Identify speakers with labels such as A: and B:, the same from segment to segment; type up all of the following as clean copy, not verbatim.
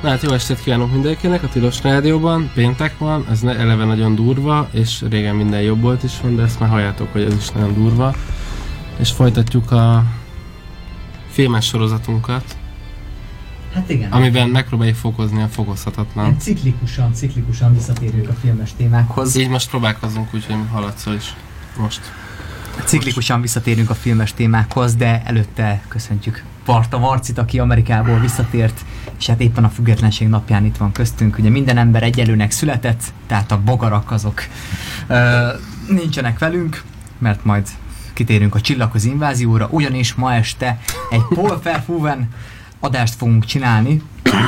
A: Hát jó estét kívánok mindenkinek a Tilos Rádióban. Péntek van, ez eleve nagyon durva, és régen minden jobb volt is van, de ezt már halljátok, hogy ez is nagyon durva. És folytatjuk a filmes sorozatunkat.
B: Hát igen.
A: Amiben megpróbáljuk fokozni a fokozhatatlan.
B: Ciklikusan visszatérünk a filmes témákhoz.
A: Így most próbálkozunk, úgyhogy haladszol is most.
B: Ciklikusan visszatérünk a filmes témákhoz, de előtte köszöntjük Varta Marcit, aki Amerikából visszatért, és hát éppen a függetlenség napján itt van köztünk. Ugye minden ember egyenlőnek született, tehát a bogarak azok nincsenek velünk, mert majd kitérünk a Csillagközi invázióra, ugyanis ma este egy Paul Verhoeven adást fogunk csinálni.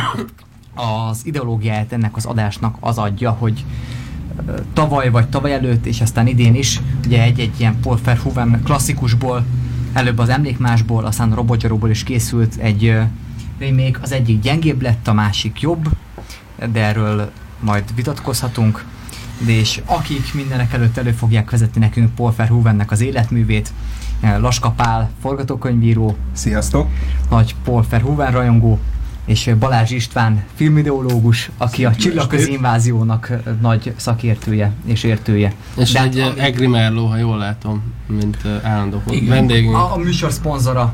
B: Az ideológiáját ennek az adásnak az adja, hogy tavaly vagy tavaly előtt, és aztán idén is, ugye egy ilyen Paul Verhoeven klasszikusból, előbb az Emlékmásból, aztán a Robotgyaróból is készült egy remake, az egyik gyengébb lett, a másik jobb, de erről majd vitatkozhatunk. De és akik mindenek előtt elő fogják vezetni nekünk Paul Verhoevennek az életművét, Laska Pál, forgatókönyvíró.
C: Sziasztok!
B: Nagy Paul Verhoeven rajongó, és Balázs István, filmideológus, aki a Csillagközi inváziónak nagy szakértője és értője.
A: És de egy Egri Merló, ha jól látom, mint állandó vendégünk.
B: A műsor szponzora.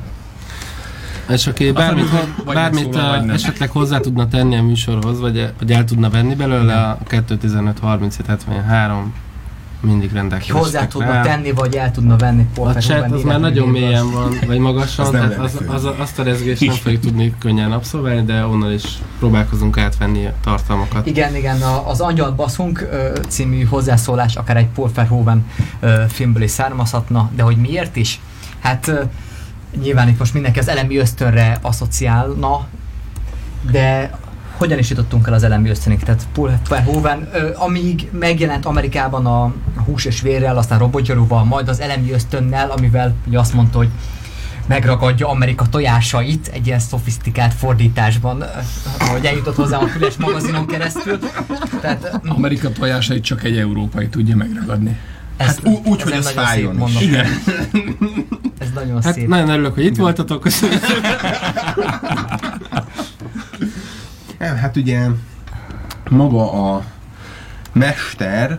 A: És aki bármit esetleg hozzá tudna tenni a műsorhoz, vagy el tudna venni belőle, a 215-37-73 mindig rendelkezésre.
B: Hozzá tudna tenni, vagy el tudna venni.
A: A chat az már nagyon mélyen van, vagy magasan, tehát azt a rezgést nem fogjuk tudni könnyen abszolválni, de onnan is próbálkozunk átvenni a tartalmakat.
B: Igen, az Angyal Baszunk című hozzászólás akár egy Paul Verhoeven filmből is származhatna, de hogy miért is? Hát nyilván itt most mindenki az elemi ösztönre asszociálna, de hogyan is jutottunk el az elemi ösztönig? Tehát Paul Verhoeven, amíg megjelent Amerikában a Hús és Vérrel, aztán Robotgyaróval, majd az elemi ösztönnel, amivel ugye azt mondta, hogy megragadja Amerika tojásait egy ilyen szofisztikált fordításban, ahogy eljutott hozzá a Füles magazinon keresztül. Tehát,
C: Amerika tojásait csak egy európai tudja megragadni. Hát úgy, hogy ez fájjon is.
B: Igen. Ez nagyon szép.
A: Hát nagyon örülök, hogy itt voltatok. Köszönöm.
C: Hát ugye maga a mester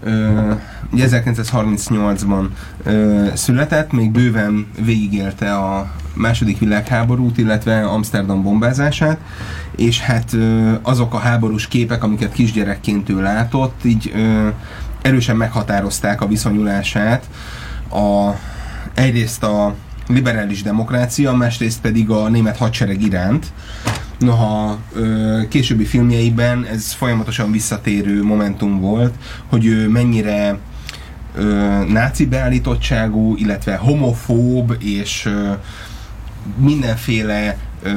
C: 1938-ban született, még bőven végigélte a második világháborút, illetve Amsterdam bombázását, és hát azok a háborús képek, amiket kisgyerekként ő látott, így erősen meghatározták a viszonyulását egyrészt a liberális demokrácia, másrészt pedig a német hadsereg iránt. Noha későbbi filmjeiben ez folyamatosan visszatérő momentum volt, hogy ő mennyire náci beállítottságú, illetve homofób, és mindenféle...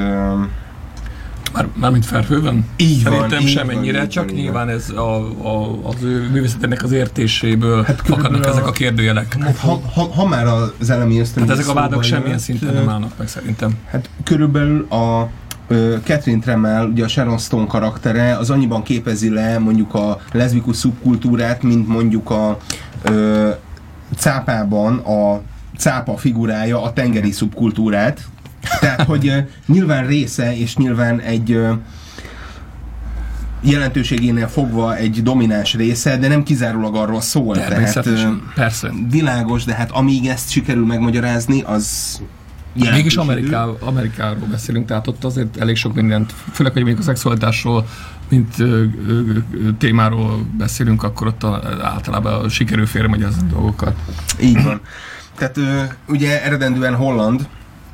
D: Mármint Verhoeven?
C: Így
D: szerintem
C: van,
D: semennyire,
C: így
D: csak
C: van,
D: nyilván ez az ő művészetének az értéséből fakadnak ezek a kérdőjelek.
C: Hát, ha már az elemi ösztön...
D: Hát ezek a vádak semmilyen szinten nem állnak meg szerintem.
C: Hát körülbelül a Catherine Tremel, ugye a Sharon Stone karaktere, az annyiban képezi le mondjuk a leszbikus szubkultúrát, mint mondjuk a cápában a cápa figurája a tengeri szubkultúrát. Tehát, hogy nyilván része, és nyilván egy jelentőségénél fogva egy domináns része, de nem kizárólag arról szól. Tehát,
D: persze.
C: Világos, de hát amíg ezt sikerül megmagyarázni, az
D: mégis Amerikáról beszélünk, tehát ott azért elég sok mindent, főleg, hogy még a szexualitásról, mint témáról beszélünk, akkor ott általában sikerül félremagyarázni dolgokat.
C: Így van. Tehát ugye eredendően holland,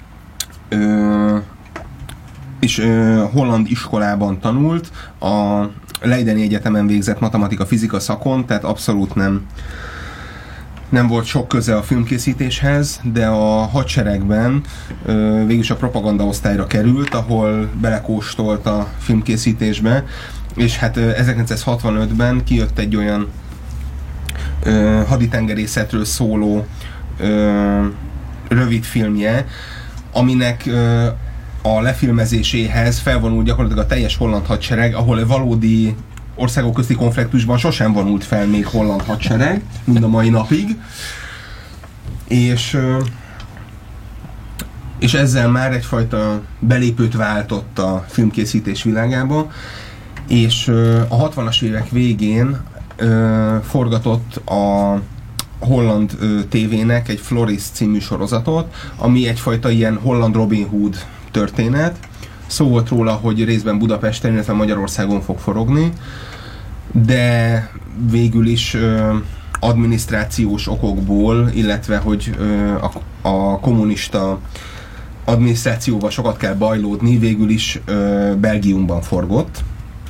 C: és holland iskolában tanult, a Leideni Egyetemen végzett matematika-fizika szakon, tehát abszolút nem volt sok köze a filmkészítéshez, de a hadseregben végülis a propagandaosztályra került, ahol belekóstolt a filmkészítésbe, és hát 1965-ben kijött egy olyan haditengerészetről szóló rövid filmje, aminek a lefilmezéséhez felvonult gyakorlatilag a teljes holland hadsereg, ahol a valódi országok közti konfliktusban sosem vonult fel még holland hadsereg, mind a mai napig. És és ezzel már egyfajta belépőt váltott a filmkészítés világába, és a 60-as évek végén forgatott a holland tévének egy Floris című sorozatot, ami egyfajta ilyen holland Robin Hood történet. Szó volt róla, hogy részben Budapesten, illetve Magyarországon fog forogni, de végül is adminisztrációs okokból, illetve hogy a kommunista adminisztrációval sokat kell bajlódni, végül is Belgiumban forgott.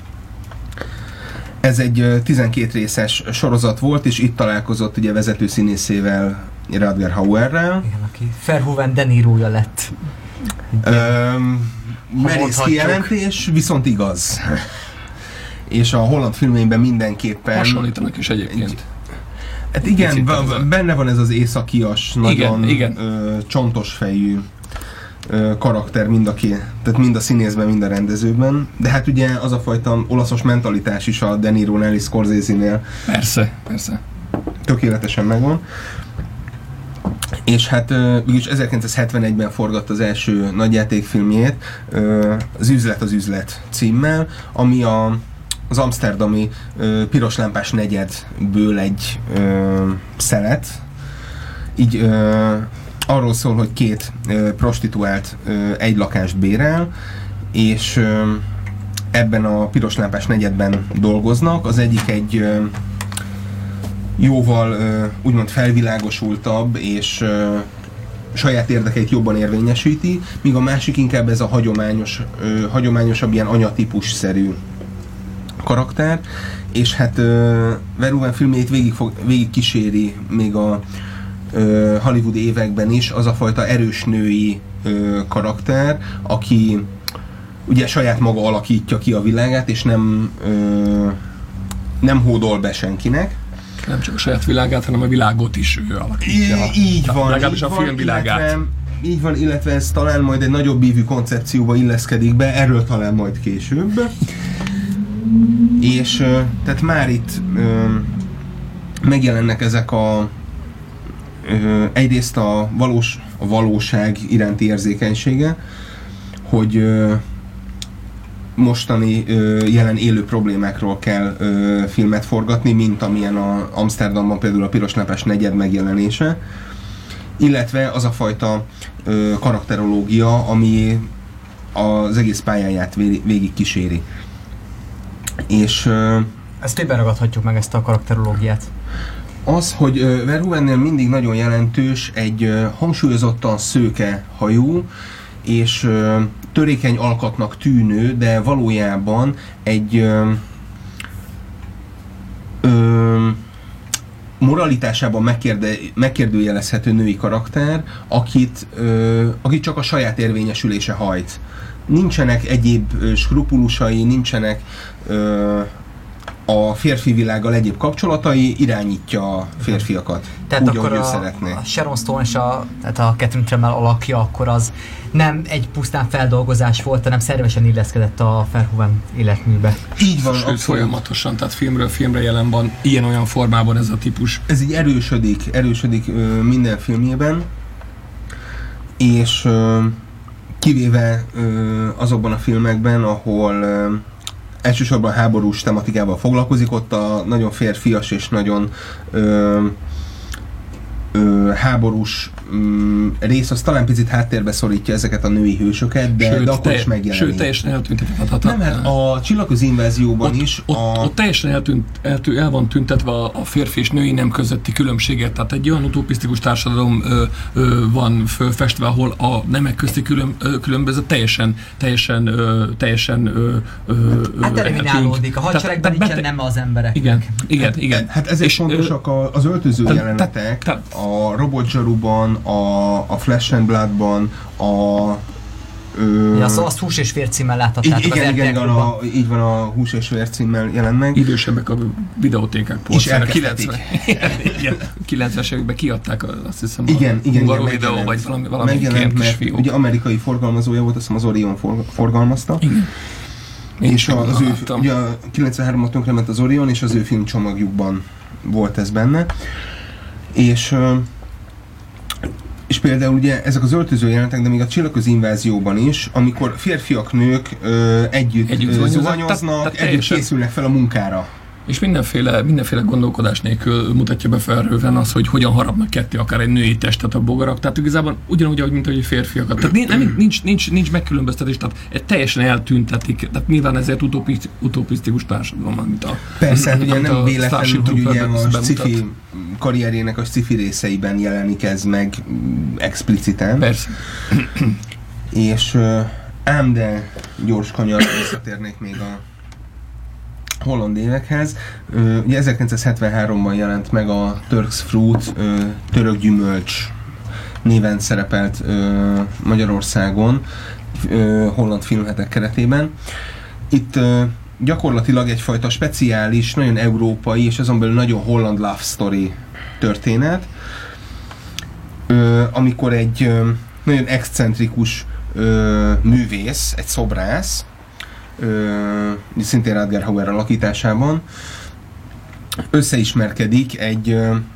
C: Ez egy 12 részes sorozat volt, és itt találkozott ugye vezető színészével, Rutger Hauerrel.
B: Igen, aki Verhoeven De Niroja lett.
C: Merész kijelentés, viszont igaz. És a holland filmében mindenképpen...
D: Hasonlítanak is egyébként.
C: Hát igen, benne van ez az északias, nagyon
D: igen.
C: Csontos fejű karakter tehát mind a színészben, mind a rendezőben. De hát ugye az a fajta olaszos mentalitás is a De Nirónál és Scorsese-nél
D: Persze.
C: tökéletesen megvan. És hát mégis 1971-ben forgatta az első nagyjátékfilmjét, az Üzlet címmel, ami az amszterdami piroslámpás negyedből egy szelet. Így arról szól, hogy két prostituált egy lakást bérel, és ebben a piroslámpás negyedben dolgoznak. Az egyik egy jóval úgymond felvilágosultabb és saját érdekeit jobban érvényesíti, míg a másik inkább ez a hagyományosabb ilyen anyatípus-szerű karakter, és hát Verhoeven filmjét végig kíséri még a hollywoodi években is az a fajta erős női karakter, aki ugye saját maga alakítja ki a világát, és nem hódol be senkinek.
D: Nem csak a saját világát, hanem a világot is ő alakítja.
C: Így van.
D: Legalábbis a filmvilágát.
C: Így van, illetve ez talán majd egy nagyobb ívű koncepcióba illeszkedik be, erről talán majd később. És tehát már itt megjelennek ezek egyrészt a valóság iránti érzékenysége, hogy mostani jelen élő problémákról kell filmet forgatni, mint amilyen a Amsterdamban például a piroslámpás negyed megjelenése, illetve az a fajta karakterológia, ami az egész pályáját végig kíséri. És
B: ezt miben ragadhatjuk meg, ezt a karakterológiát?
C: Az, hogy Verhoevennél mindig nagyon jelentős egy hangsúlyozottan szőke hajú, és törékeny alkatnak tűnő, de valójában egy moralitásában megkérdőjelezhető női karakter, akit csak a saját érvényesülése hajt. Nincsenek egyéb skrupulusai, nincsenek a férfi világgal egyéb kapcsolatai, irányítja a férfiakat.
B: Tehát
C: úgy,
B: akkor
C: ahogy ő szeretné.
B: A Sharon Stone és a Catherine Tremel alakja akkor az nem egy pusztán feldolgozás volt, hanem szervesen illeszkedett a Verhoeven életműbe.
C: Így van.
D: Sőt, folyamatosan, tehát filmről filmre jelen van ilyen-olyan formában ez a típus.
C: Ez így erősödik minden filmjében, és kivéve azokban a filmekben, ahol elsősorban háborús tematikával foglalkozik, ott a nagyon férfias és nagyon háborús rész, az talán picit háttérbe szorítja ezeket a női hősöket, de akkor is megjelenik.
D: Sőt, teljesen eltűntetett.
C: Nem, hát a Csillagközi invázióban is...
D: Ott teljesen el van tüntetve a férfi és női nem közötti különbséget. Tehát egy olyan utopisztikus társadalom van fölfestve, ahol a nemek közti különbözet teljesen
B: hát eliminálódik. A hadseregben nincsen nem az emberek.
D: Igen.
C: Hát ezért fontosak az öltöző jelenetek. A robotzsaruban, a Flesh and Bloodban,
B: azt Hús és vér címmel láthattátok az
C: igen, így van, a Hús és vér címmel jelent meg.
D: Idősebbek a videótékák polcán. 90-es években kiadták, azt hiszem,
C: igen,
D: videó, vagy valami
C: megjelent, mert
D: fiú.
C: ugye amerikai forgalmazója volt, azt hiszem az Orion forgalmazta.
D: Igen.
C: És ugye a 93-ban tönkrement az Orion, és az ő filmcsomagjukban volt ez benne. És És például ugye ezek az öltöző jelenetek, de még a Csillagközi invázióban is, amikor férfiak, nők együtt zuhanyoznak, együtt készülnek fel a munkára.
D: És mindenféle gondolkodás nélkül mutatja be felhőven az, hogy hogyan harapnak ketté akár egy női testet a bogarak. Tehát igazából ugyanúgy, mint ahogy férfiakat. Tehát nincs megkülönböztetés, tehát teljesen eltüntetik. Tehát nyilván ezért utopisztikus társadalom, mint a...
C: Persze, ugye nem véletlenül, hogy ugye a sci-fi karrierjének a sci-fi részeiben jelenik ez meg expliciten.
D: Persze.
C: És ám de gyors kanyar visszatérnék még a holland évekhez. Ugye 1973-ban jelent meg a Turk's Fruit, török gyümölcs néven szerepelt Magyarországon holland filmhetek keretében. Itt gyakorlatilag egyfajta speciális, nagyon európai és azon belül nagyon holland love story történet, amikor egy nagyon excentrikus művész, egy szobrász, szintén Rutger Hauer alakításában összeismerkedik egy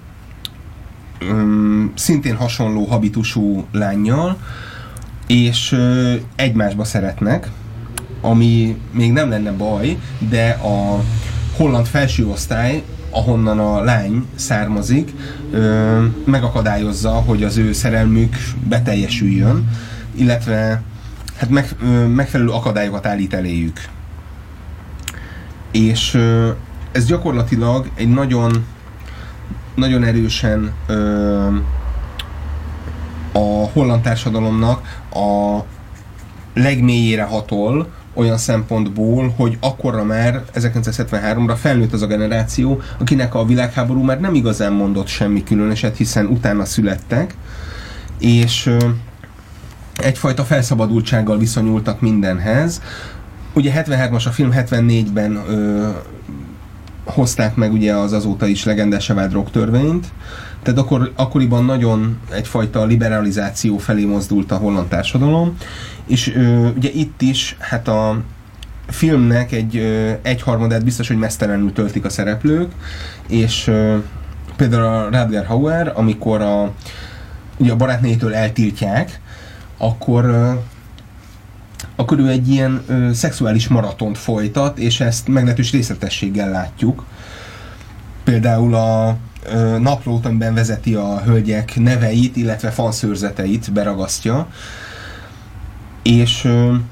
C: szintén hasonló habitusú lánnyal, és egymásba szeretnek, ami még nem lenne baj, de a holland felső osztály, ahonnan a lány származik, megakadályozza, hogy az ő szerelmük beteljesüljön, illetve hát megfelelő akadályokat állít eléjük. És ez gyakorlatilag egy nagyon, nagyon erősen a holland társadalomnak a legmélyére hatol, olyan szempontból, hogy akkorra már 1973-ra felnőtt az a generáció, akinek a világháború már nem igazán mondott semmi különöset, hiszen utána születtek, és egyfajta felszabadultsággal viszonyultak mindenhez. Ugye 73-as a film, 74-ben hozták meg ugye az azóta is legendásá vált drogtörvényt, tehát akkoriban nagyon egyfajta liberalizáció felé mozdult a holland társadalom, és ugye itt is hát a filmnek egyharmadát biztos, hogy meztelenül töltik a szereplők, és például a Rutger Hauer, amikor ugye a barátnéjétől eltiltják, akkor ő egy ilyen szexuális maratont folytat, és ezt meglehetős részletességgel látjuk. Például a naplót, amiben vezeti a hölgyek neveit, illetve fanszőrzeteit beragasztja, és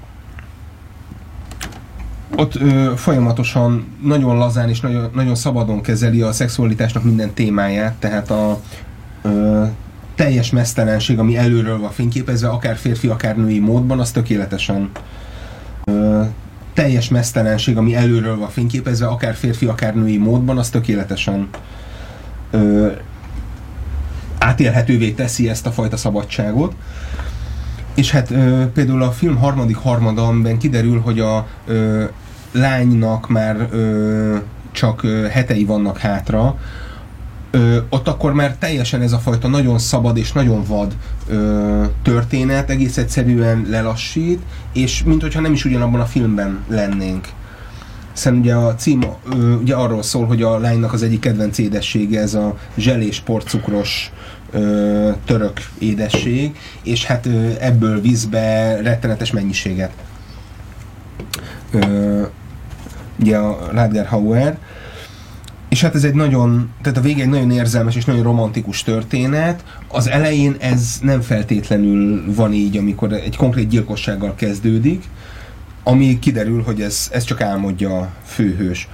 C: ott folyamatosan nagyon lazán és nagyon, nagyon szabadon kezeli a szexualitásnak minden témáját, tehát a teljes meztelenség, ami előről van fényképezve, akár férfi, akár női módban, az tökéletesen teljes meztelenség, ami előről van fényképezve, akár férfi, akár női módban, az tökéletesen átélhetővé teszi ezt a fajta szabadságot. És hát például a film harmadik harmada, amiben kiderül, hogy a lánynak már csak hetei vannak hátra, ott akkor már teljesen ez a fajta nagyon szabad és nagyon vad történet egész egyszerűen lelassít, és minthogyha nem is ugyanabban a filmben lennénk. Hiszen ugye a cím ugye arról szól, hogy a lánynak az egyik kedvenc édessége ez a zselés porcukros török édesség, és hát ebből visz be rettenetes mennyiséget. Ugye a Rutger Hauer, és hát ez egy nagyon, tehát a vége egy nagyon érzelmes és nagyon romantikus történet. Az elején ez nem feltétlenül van így, amikor egy konkrét gyilkossággal kezdődik, ami kiderül, hogy ez csak álmodja a főhős.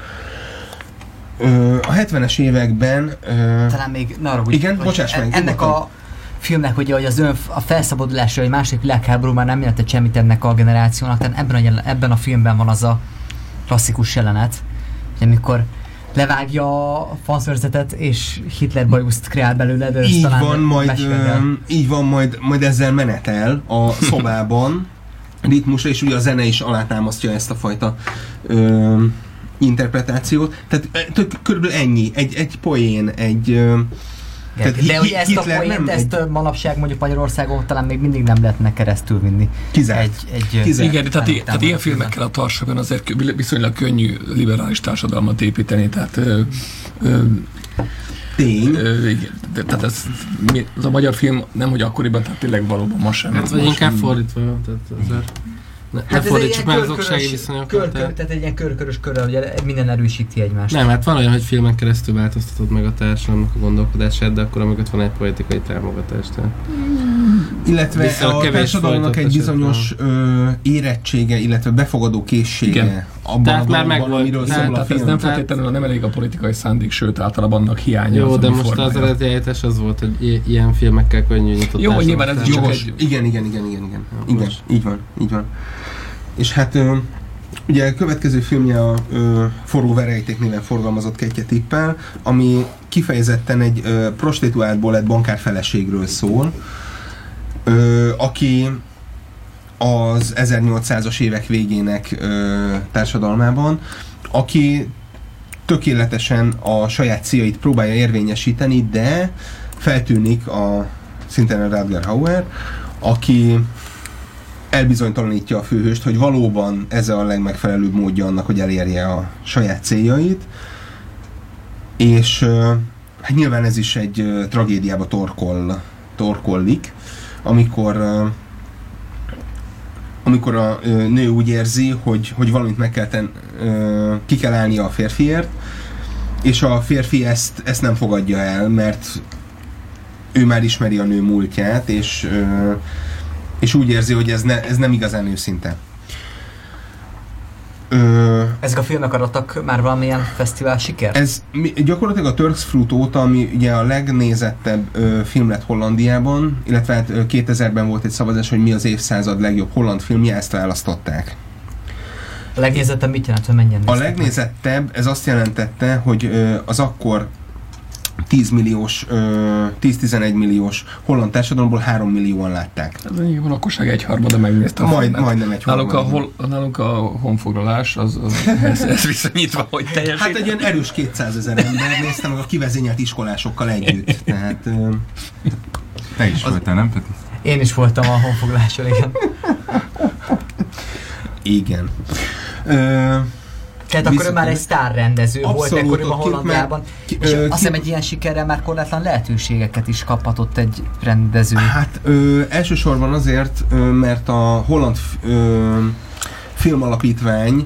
C: A 70-es években...
B: Talán még,
C: igen, bocsáss meg.
B: Ennek a filmnek, ugye, hogy a felszabadulásra, hogy második világháború már nem jelentett semmit ennek a generációnak, tehát ebben a filmben van az a klasszikus jelenet, hogy amikor levágja a fanszörzetet, és Hitler bajuszt kreál belőle, de
C: így van, majd ezzel menetel a szobában ritmusra, és ugye a zene is alátámasztja ezt a fajta interpretációt. Tehát körülbelül ennyi, egy poén,
B: de hogy ezt a poént, ezt manapság mondjuk Magyarországon talán még mindig nem lehetne keresztül vinni.
C: Kizárt.
D: Igen, tehát ilyen filmekkel a társadalomban azért viszonylag könnyű liberális társadalmat építeni, tehát
C: tény.
D: Tehát ez a magyar film nem, hogy akkoriban, tehát tényleg valóban ma sem.
A: Hát vagy inkább fordítva, tehát azért... Ne fordítsuk már az oksági viszonyokat.
B: Tehát egy ilyen körkörös körrel, ugye minden erősíti egymást.
A: Nem, hát van olyan, hogy filmen keresztül változtatod meg a társadalomnak a gondolkodását, de akkor amikor van egy politikai támogatás.
C: Illetve a társadalomnak egy bizonyos érettsége, illetve befogadó készsége.
A: Igen.
C: Abban
A: tehát
C: a
A: már
C: dologban, amiről szól a
D: tehát
C: film.
D: ez nem feltétlenül nem elég a politikai szándék, sőt általában annak hiánya.
A: Jó,
D: az,
A: de
D: ami
A: most
D: formája.
A: az eredeti állítás az volt, hogy ilyen filmekkel könnyű nyitott
D: jó, nyilván ez is csak egy...
C: Igen, így van. És hát ugye a következő filmje a Forró verejték néven forgalmazott Kettye Tippel, ami kifejezetten egy prostituáltból lett bankár feleségről szól, aki az 1800-as évek végének társadalmában, aki tökéletesen a saját céljait próbálja érvényesíteni, de feltűnik szintén a Rutger Hauer, aki elbizonytalanítja a főhőst, hogy valóban ez a legmegfelelőbb módja annak, hogy elérje a saját céljait, és hát nyilván ez is egy tragédiába torkollik, amikor a nő úgy érzi, hogy valamit meg kell ki kell állnia a férfiért, és a férfi ezt nem fogadja el, mert ő már ismeri a nő múltját, és úgy érzi, hogy ez nem igazán őszinte.
B: Ezek a filmek adottak már valamilyen fesztivál sikert?
C: Ez gyakorlatilag a Turks Fruit óta, ami ugye a legnézettebb film lett Hollandiában, illetve hát 2000-ben volt egy szavazás, hogy mi az évszázad legjobb holland filmje, ezt választották.
B: A legnézettebb mit jelent, hogy mennyien
C: A legnézettebb, ez azt jelentette, hogy az akkor 10-11 milliós holland társadalomból 3 millióan látták.
D: Ez a lakosság egyharmada megnézte a filmet.
C: Majdnem egyharmada.
D: Nálunk a honfoglalás, ez viszonyítva, hogy teljesít.
C: Hát egy ilyen erős 200 000 ember nézte meg a kivezényelt iskolásokkal együtt. Tehát,
E: te is voltál, nem Peti?
B: Én is voltam a honfoglaláson, igen.
C: Igen.
B: Tehát akkor ő már egy sztárrendező volt ekkoriban Hollandiában, és azt hiszem egy ilyen sikerrel már korlátlan lehetőségeket is kaphatott egy rendező.
C: Hát elsősorban azért, mert a holland filmalapítvány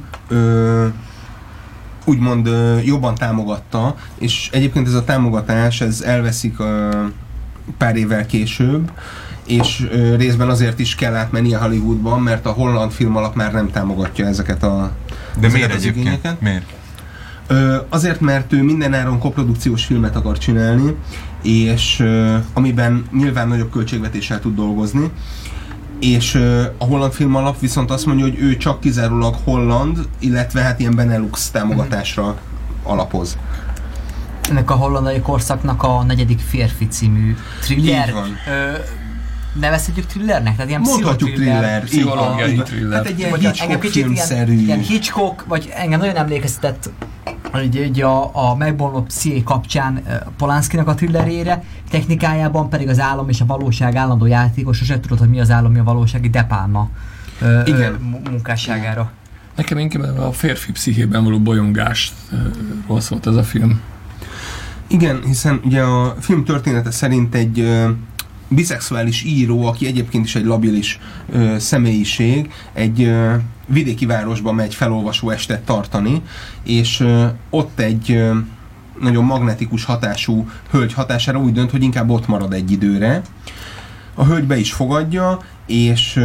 C: úgymond jobban támogatta, és egyébként ez a támogatás ez elveszik pár évvel később, és részben azért is kell átmenni a Hollywoodban, mert a holland filmalap már nem támogatja ezeket a
E: De miért egyébként? Miért?
C: Azért, mert ő mindenáron koprodukciós filmet akar csinálni, és amiben nyilván nagyobb költségvetéssel tud dolgozni, és a holland filmalap viszont azt mondja, hogy ő csak kizárólag holland, illetve hát ilyen Benelux támogatásra alapoz.
B: Ennek a hollandai korszaknak a 4. férfi című thriller.
C: Így van.
B: Nevezhetjük thrillernek? Tehát ilyen
C: mondhatjuk thriller.
D: Pszichológiai thriller.
C: Hát egy ilyen Hitchcock filmszerű.
B: Ilyen Hitchcock, vagy engem nagyon emlékeztetett hogy a megbomlott CIA kapcsán Polanskinak a thrillerére, technikájában pedig az álom és a valóság állandó játékos, sosem tudod, hogy mi az álom, mi a valósági De Palma munkásságára.
D: Nekem inkább a férfi pszichében való bolyongásról szólt ez a film.
C: Igen, hiszen ugye a film története szerint egy biszexuális író, aki egyébként is egy labilis személyiség, egy vidéki városba megy felolvasó estet tartani, és ott egy nagyon magnetikus hatású hölgy hatására úgy dönt, hogy inkább ott marad egy időre. A hölgy be is fogadja, és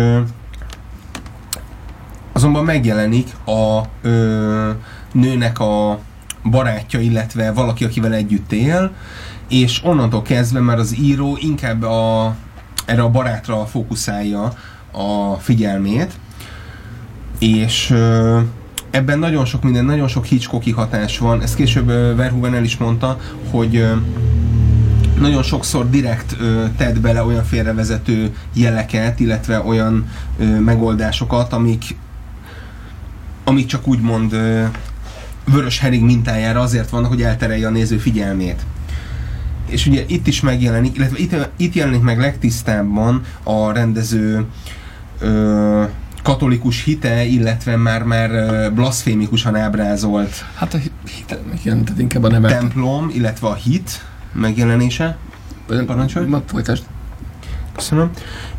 C: azonban megjelenik a nőnek a barátja, illetve valaki, akivel együtt él, és onnantól kezdve már az író inkább erre a barátra fókuszálja a figyelmét, és ebben nagyon sok minden, nagyon sok Hitchcocki hatás van. Ezt később Verhoeven el is mondta, hogy nagyon sokszor direkt tett bele olyan félrevezető jeleket, illetve olyan megoldásokat, amik csak úgymond vörös hering mintájára azért vannak, hogy elterelje a néző figyelmét. És ugye itt is megjelenik, illetve itt jelenik meg legtisztábban a rendező katolikus hite, illetve már blaszfémikusan ábrázolt
D: hát a hite, igen, tehát inkább a neve.
C: templom, illetve a hit. megjelenése. Parancsolj?
D: Folytasd.
C: Köszönöm.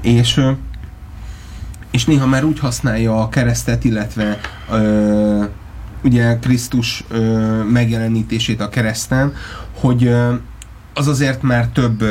C: És néha már úgy használja a keresztet, illetve ugye Krisztus megjelenítését a kereszten, hogy az azért már több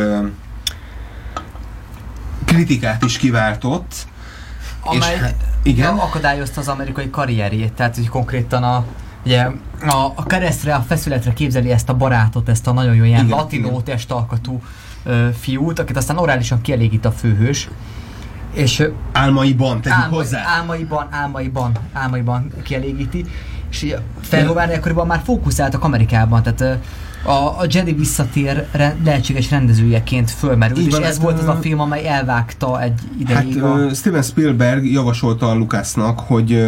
C: kritikát is kiváltott.
B: Amely igen? Akadályozta az amerikai karrierjét, tehát hogy konkrétan a keresztre, a feszületre képzeli ezt a barátot, ezt a nagyon jó ilyen latinó testalkatú fiút, akit aztán orálisan kielégít a főhős. És
C: álmaiban, tegyük hozzá.
B: Álmaiban kielégíti. És Verhoeven akkoriban már fókuszáltak Amerikában, tehát a Jedi visszatér lehetséges rendezőjeként fölmerült, és ez volt az a film, amely elvágta egy ideig.
C: Hát Steven Spielberg javasolta a Lucasnak, hogy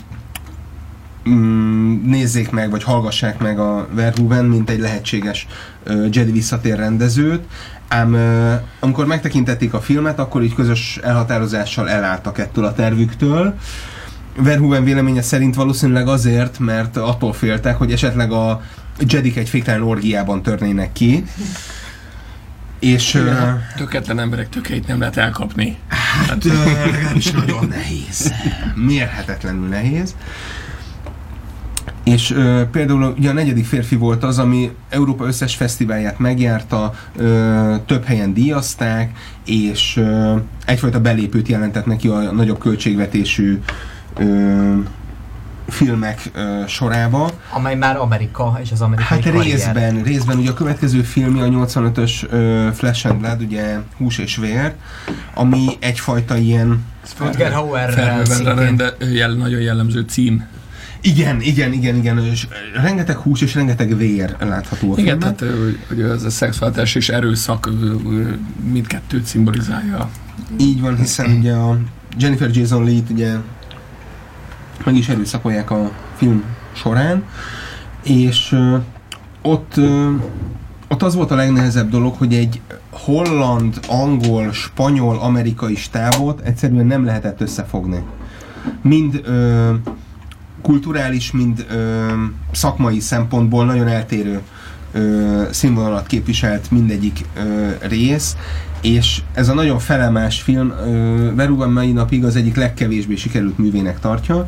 C: nézzék meg, vagy hallgassák meg a Verhoeven, mint egy lehetséges Jedi visszatér rendezőt, ám amikor megtekintették a filmet, akkor így közös elhatározással elálltak ettől a tervüktől. Verhoeven véleménye szerint valószínűleg azért, mert attól féltek, hogy esetleg a Jedik egy féktelen orgiában törnének ki. És
D: tökéletlen emberek tökeit nem lehet elkapni.
C: Hát legalábbis nagyon nehéz. Mérhetetlenül nehéz. És például ugye a 4. férfi volt az, ami Európa összes fesztiválját megjárta, több helyen díjazták, és egyfajta belépőt jelentett neki a nagyobb költségvetésű filmek sorába.
B: Amely már Amerika és az amerikai
C: karrier. Részben ugye a következő filmje a 85-ös Flesh and Blood, ugye Hús és Vér, ami egyfajta ilyen
B: Rutger Hauer
D: nagyon jellemző cím.
C: Igen. És rengeteg hús és rengeteg vér látható a filmben.
D: Igen, tehát hogy ez a szexualitás és erőszak mindkettőt szimbolizálja.
C: Így van, hiszen ugye a Jennifer Jason Leigh-t ugye meg is erőszakolják a film során, és ott az volt a legnehezebb dolog, hogy egy holland, angol, spanyol, amerikai stábot egyszerűen nem lehetett összefogni. Mind kulturális, mind szakmai szempontból nagyon eltérő színvonalat képviselt mindegyik rész, és ez a nagyon felemás film Verhoeven mai napig az egyik legkevésbé sikerült művének tartja,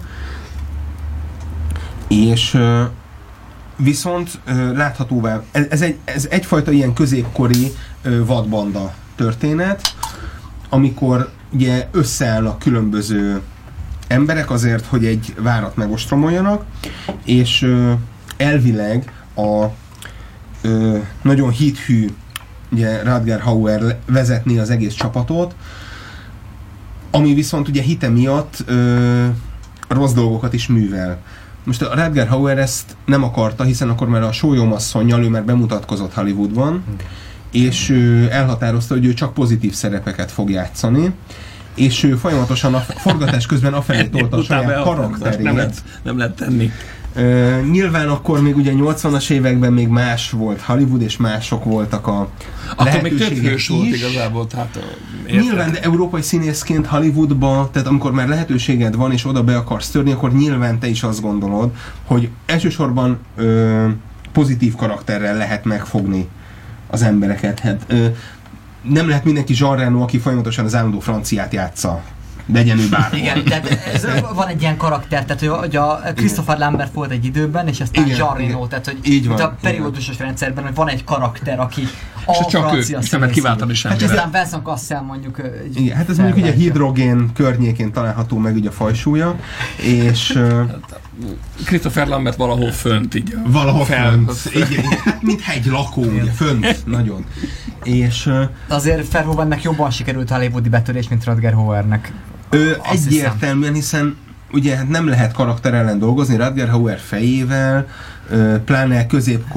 C: és viszont láthatóvá, ez egyfajta ilyen középkori vadbanda történet, amikor ugye összeállnak különböző emberek azért, hogy egy várat megostromoljanak, és elvileg a nagyon hithű ugye Rutger Hauer vezetné az egész csapatot, ami viszont ugye hite miatt rossz dolgokat is művel. Most a Rutger Hauer ezt nem akarta, hiszen akkor már a Sólyom-asszonnyal ő már bemutatkozott Hollywoodban, és elhatározta, hogy ő csak pozitív szerepeket fog játszani, és ő folyamatosan a forgatás közben afelé tolta a saját karakterét.
D: Nem lehet tenni.
C: Nyilván akkor még ugye 80-as években még más volt Hollywood, és mások voltak a
D: akkor még több hős volt igazából, tehát
C: nyilván, de európai színészként Hollywoodban, tehát amikor már lehetőséged van, és oda be akarsz törni, akkor nyilván te is azt gondolod, hogy elsősorban pozitív karakterrel lehet megfogni az embereket. Hát, nem lehet mindenki Jean Reno, aki folyamatosan az állandó franciát játsza. Legyen ő bárhol.
B: Igen, tehát van egy ilyen karakter, tehát hogy a Christopher Lambert volt egy időben, és aztán Jean Reno, tehát hogy
C: így van,
B: a periódusos rendszerben, hogy van egy karakter, aki
D: a francia színész. Kiváltani semmi.
B: Hát aztán Vincent Cassel mondjuk.
C: Igen, hát ez mondjuk ugye a hidrogén környékén található meg ugye a fajsúlya, és
D: Christopher Lambert valahol fönt így.
C: Valahol fönt. Igen, hát mint hegylakó, ugye, fönt, nagyon. És
B: azért Verhoevennek jobban sikerült a hollywoodi betörés, mint Rutger Hauernek.
C: Egyértelműen, hiszen ugye hát nem lehet karakter ellen dolgozni, Rutger Hauer fejével, pláne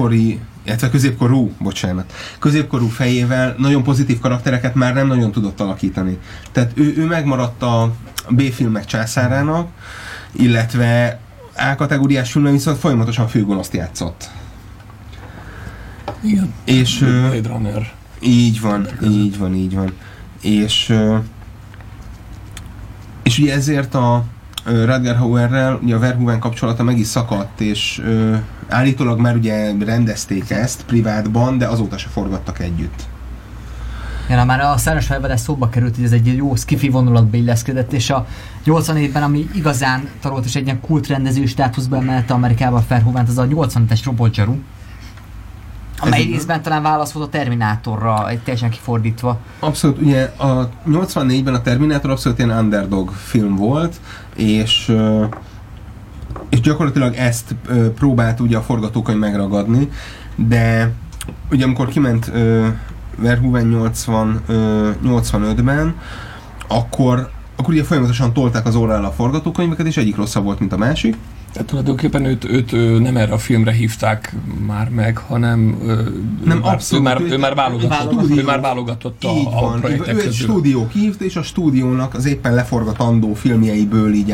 C: középkorú fejével nagyon pozitív karaktereket már nem nagyon tudott alakítani. Tehát ő megmaradt a B-filmek császárának, illetve A-kategóriás filmben viszont folyamatosan főgonoszt játszott.
D: Igen.
C: És
D: Blade Runner.
C: Így van. És ugye ezért Rutger Hauerrel ugye a Verhoeven kapcsolata meg is szakadt, és állítólag már ugye rendezték ezt privátban, de azóta se forgattak együtt.
B: Ja, már a Száraz Felvedés szóba került, hogy ez egy jó skifi vonulatba illeszkedett, és a 84-ben, ami igazán tarolt és egy ilyen kultrendező státuszba emelte Amerikában Verhoevent, az a 85-es Robot Zsaru, amely részben talán válasz volt a Terminátorra, egy teljesen kifordítva.
C: Abszolút, ugye a 84-ben a Terminátor abszolút ilyen underdog film volt, és gyakorlatilag ezt próbált ugye a forgatókönyv megragadni, de ugye amikor kiment Verhoeven 85-ben, akkor ugye folyamatosan tolták az orrára a forgatókönyveket, és egyik rosszabb volt, mint a másik.
D: Tehát tulajdonképpen őt nem erre a filmre hívták már meg, hanem ő már válogatott a projektek közül.
C: Ő egy stúdió hívt, és a stúdiónak az éppen leforgatandó filmjeiből így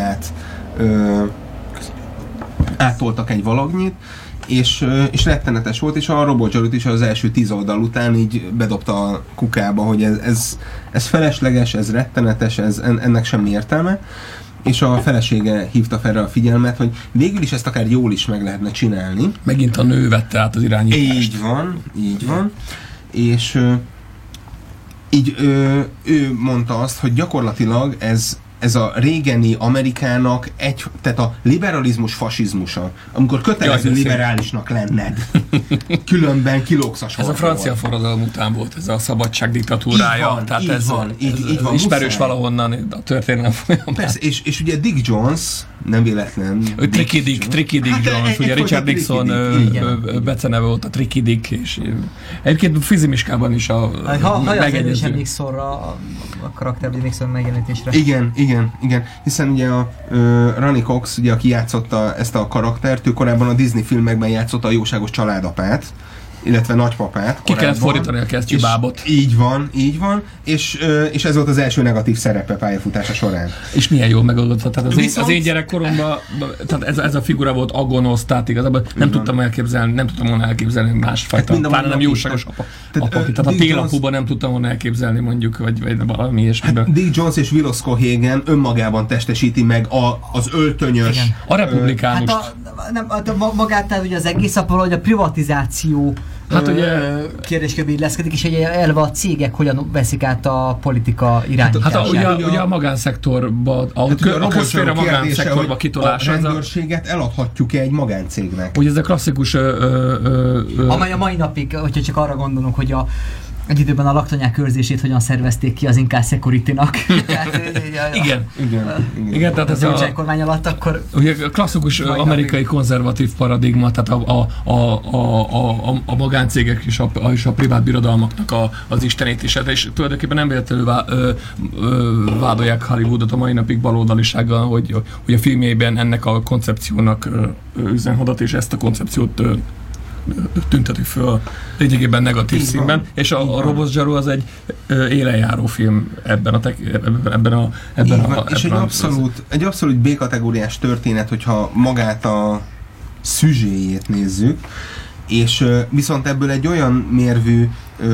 C: áttoltak egy valagnyit, és rettenetes volt, és a Robot Zsarut is az első 10 oldal után így bedobta a kukába, hogy ez felesleges, ez rettenetes, ennek semmi értelme. És a felesége hívta fel a figyelmet, hogy végül is ezt akár jól is meg lehetne csinálni.
D: Megint a nő vette át az irányítást.
C: Így van. És így ő mondta azt, hogy gyakorlatilag ez a régeni Amerikának tehát a liberalizmus fasizmusa, amikor kötelező liberálisnak lenned. Különben kilógsz a sorból.
D: Ez a francia forradalom után volt, ez a szabadság diktatúrája.
C: Így van,
D: ismerős valahonnan a történelem folyamán.
C: Persze, és ugye Dick Jones, nem véletlen.
D: Tricky Dick Jones, ugye Richard Nixon beceneve volt a Tricky Dick, és egyébként Fizimiskában is a
B: megegyező. Nixonra a karakter, vagy Nixon megjelenítésre.
C: Igen, hiszen ugye a Ronnie Cox, ugye, aki játszotta ezt a karaktert, ő korábban a Disney filmekben játszotta a jóságos családapát, illetve nagypapát.
D: Ki kellett fordítani a kesztyűbábot.
C: Így van, és ez volt az első negatív szerepe pályafutása során.
D: És milyen jól megoldott. Tehát az én gyerekkoromban tehát ez a figura volt agonosz, tehát igazából nem tudtam volna elképzelni másfajta, pláne nem jóságos apa. Tehát a Télapúban nem tudtam volna elképzelni mondjuk, vagy valami ilyesmiben.
C: Dick Jones és Willis Cohagen önmagában testesíti meg az öltönyös...
D: Igen. A republikánust.
B: Magát, tehát ugye az egész valahogy a privatizáció kérdéskörbe illeszkedik, és elve a cégek hogyan veszik át a politika irányítását.
D: Hát ugye a magánszektorba, a közféle magánszektorba kitolás.
C: A rendőrséget eladhatjuk-e egy magáncégnek?
D: Ugye ez a klasszikus...
B: Amely a mai napig, hogyha csak arra gondolunk, hogy egy időben a laktanyák őrzését hogyan szervezték ki az Incal Security-nak.
D: Igen, tehát ez
B: a kormány alatt akkor...
D: Ugye a klasszikus amerikai konzervatív paradigma, tehát a magáncégek és a privát birodalmaknak az istenítése, és tulajdonképpen nem véletlenül vádolják Hollywoodot a mai napig baloldalisággal, hogy a filmjeiben ennek a koncepciónak üzenhadat, és ezt a koncepciót tünteti föl lényegében negatív színben, és a Robot Zsaru az egy élenjáró film ebben
C: és egy abszolút B-kategóriás történet, hogyha magát a szüzséjét nézzük, és viszont ebből egy olyan mérvű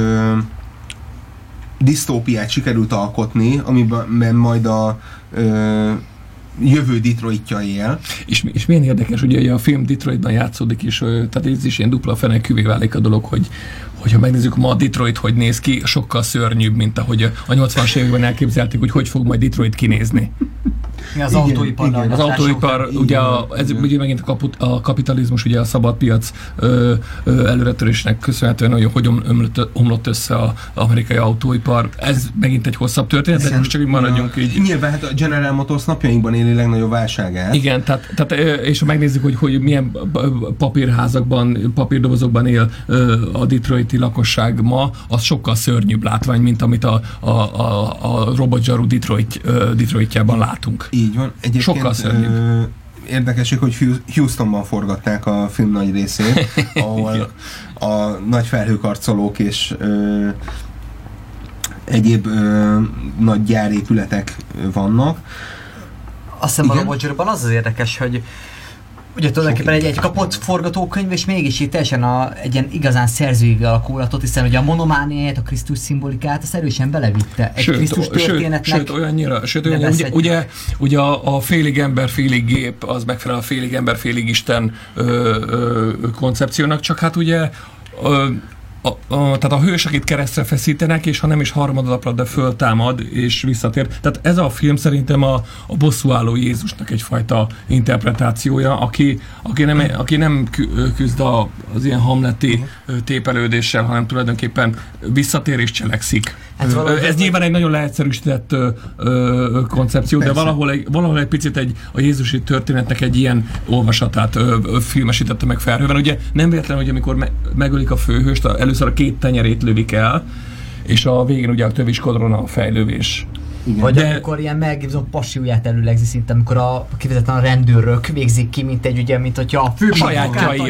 C: disztópiát sikerült alkotni, amiben majd a jövő Detroitja él.
D: És milyen érdekes, ugye a film Detroitban játszódik, és tehát ez is ilyen dupla fenekűvé válik a dolog, hogyha megnézzük ma Detroit, hogy néz ki, sokkal szörnyűbb, mint ahogy a 80-as években elképzelték, hogy fog majd Detroit kinézni.
B: Az autóipar.
D: Az autóipar, ugye ugye megint a kapitalizmus, ugye a szabad piac előretörésnek köszönhetően, hogy omlott össze az amerikai autóipar. Ez megint egy hosszabb történet, de most csak így maradjunk így.
C: Nyilván hát a General Motors napjainkban éli legnagyobb válságát.
D: Igen, tehát és ha megnézzük, hogy milyen papírházakban, papírdobozokban él a detroiti lakosság ma, az sokkal szörnyűbb látvány, mint amit a Robot Zsaru Detroitjában látunk.
C: Így van. Egyébként
D: sokkal szörnyűbb.
C: Érdekesek, hogy Houstonban forgatták a film nagy részét, ahol a nagy felhőkarcolók és egyéb nagy gyárépületek vannak.
B: Azt hiszem a Robot Zsaruban az érdekes, hogy Ugye tulajdonképpen egy kapott forgatókönyv, és mégis itt teljesen egy ilyen igazán szerzői alakulatot, hiszen ugye a monomániáját, a Krisztus szimbolikát, azt erősen belevitte. Egy Krisztus történetnek.
D: Sőt, olyannyira, ugye a félig ember, félig gép, az megfelel a félig ember, félig Isten koncepciónak, csak hát ugye tehát a hős, akit keresztre feszítenek, és ha nem is harmadalapra, de föltámad, és visszatér. Tehát ez a film szerintem a bosszúálló Jézusnak egyfajta interpretációja, aki nem küzd az ilyen hamleti tépelődéssel, hanem tulajdonképpen visszatér és cselekszik. Ez nyilván egy nagyon leegyszerűsített koncepció, persze. De valahol egy picit a jézusi történetnek egy ilyen olvasatát filmesítette meg felhőben. Ugye nem véletlen, hogy amikor megölik a főhőst, először a 2 tenyerét lövik el, és a végén ugye a töviskodron a fejlövés.
B: Igen. Vagy amikor ilyen megbízott passióját előlegzi szinte, amikor kifejezetten a rendőrök végzik ki, mint hogyha a
D: sajátjai,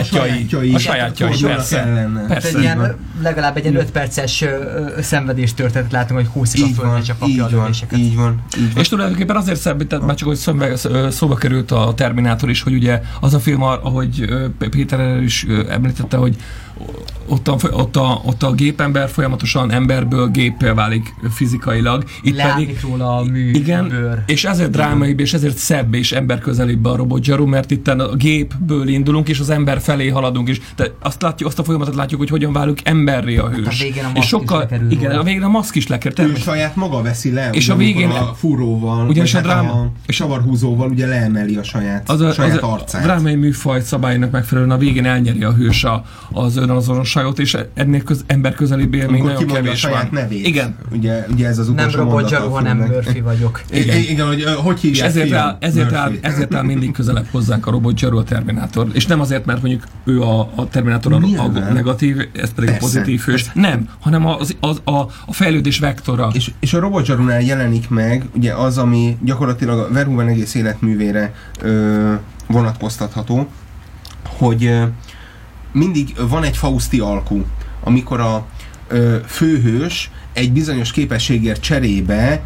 D: persze.
B: Legalább egy 5 perces szenvedés történetet látunk, hogy húszik a földre, csak kapja a lövéseket.
C: Így van.
D: És tulajdonképpen azért szebb, már csak hogy szóba került a Terminátor is, hogy ugye az a film, ahogy Péter is említette, hogy ott a gépember folyamatosan emberből géppel válik fizikailag. Itt
B: leállnik róla a mű.
D: Igen, bőr. És ezért drámaibb, és ezért szebb és emberközelibb a Robot Zsaru, mert itt a gépből indulunk, és az ember felé haladunk, és azt a folyamatot látjuk, hogy hogyan válunk emberré a hős.
B: Hát a végén a
D: és sokkal, igen, a végén a maszk is lekerül.
C: Ő saját maga veszi le,
D: és a végén
C: a fúróval,
D: ugyanis
C: a savarhúzóval ugye leemeli a saját arcát.
D: A drámai műfaj szabálynak megfelelően a végén elnyeri a hős az önazonosságot, és ennél ember közelibb élmény nagyon kevés van.
C: Nevét.
D: Igen.
C: Ugye ez az utolsó
B: nem Robot Zsaru, hanem Murphy vagyok.
C: Igen, hogy hívják?
D: És ezért áll mindig közelebb hozzánk a Robot Zsaru, a Terminátor. És nem azért, mert mondjuk ő a Terminátor a negatív, ez pedig persze, a pozitív hős. Nem, hanem a fejlődés vektora.
C: És a Robot Zsarunál jelenik meg ugye az, ami gyakorlatilag a Verhoeven egész életművére vonatkoztatható, hogy mindig van egy fauszti alkú, amikor a főhős egy bizonyos képességért cserébe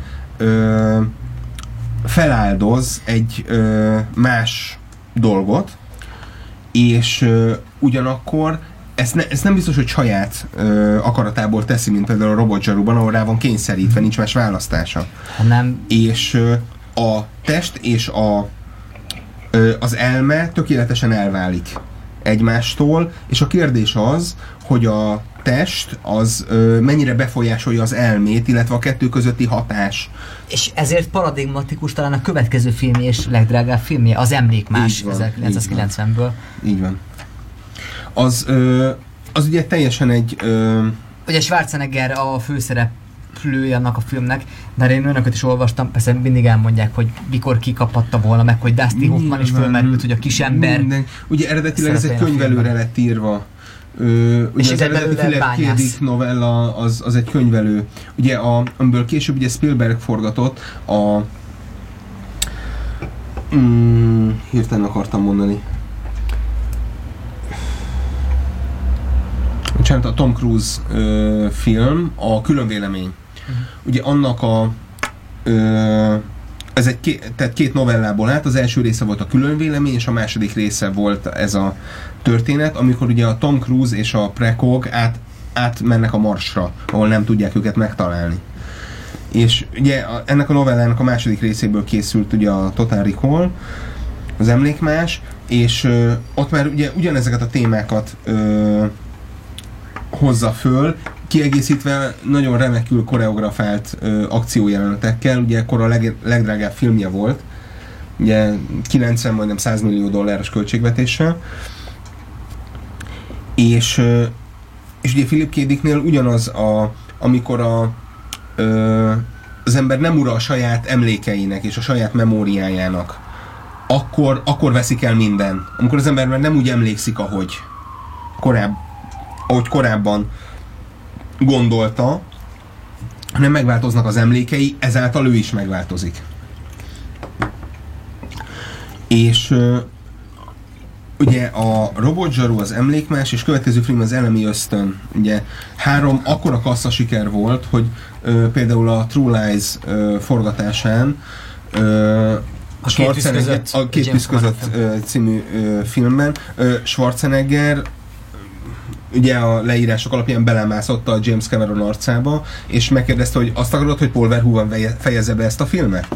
C: feláldoz egy más dolgot, és ugyanakkor ezt nem biztos, hogy saját akaratából teszi, mint például a Robot Zsaruban, ahol rá van kényszerítve, nincs más választása.
B: Nem.
C: És a test és az elme tökéletesen elválik egymástól, és a kérdés az, hogy a test az mennyire befolyásolja az elmét, illetve a kettő közötti hatás.
B: És ezért paradigmatikus talán a következő filmje és legdrágább filmje, az Emlékmás 1990-ből.
C: Így van. Az ugye teljesen egy...
B: Ugye Schwarzenegger a főszereplője annak a filmnek, de én önöket is olvastam, persze mindig elmondják, hogy mikor kikapatta volna meg, hogy Dustin Hoffman is fölmerült, hogy a kisember...
C: Ugye eredetileg ez egy könyvelőre lett írva. Ugye az eredeti Philip K. Dick novella az egy könyvelő. Ugye amiből később ugye Spielberg forgatott hirtelen akartam mondani. Bocsánat, a Tom Cruise film, a Különvélemény. Ugye annak ez tehát 2 novellából állt, az első része volt a Különvélemény, és a második része volt ez a történet, amikor ugye a Tom Cruise és a prekog átmennek a Marsra, ahol nem tudják őket megtalálni. És ugye ennek a novellának a második részéből készült ugye a Total Recall, az Emlékmás, és ott már ugye ugyanezeket a témákat hozza föl, kiegészítve nagyon remekül koreografált akciójelenetekkel, ugye akkor a legdrágább filmje volt, ugye 90, majdnem $100 millió költségvetéssel, és ugye Philip K. Dicknél ugyanaz, amikor az ember nem ura a saját emlékeinek és a saját memóriájának, akkor veszik el minden. Amikor az ember már nem úgy emlékszik, ahogy korábban gondolta, hanem megváltoznak az emlékei, ezáltal ő is megváltozik. És ugye a Robot Zsaru, az Emlékmás, és következő film az Elemi Ösztön. Ugye 3 akkora kassza siker volt, hogy például a True Lies forgatásán A Két tűz között című filmben Schwarzenegger ugye a leírások alapján belemászott a James Cameron arcába, és megkérdezte, hogy azt akarod, hogy Paul Verhoeven fejezze be ezt a filmet?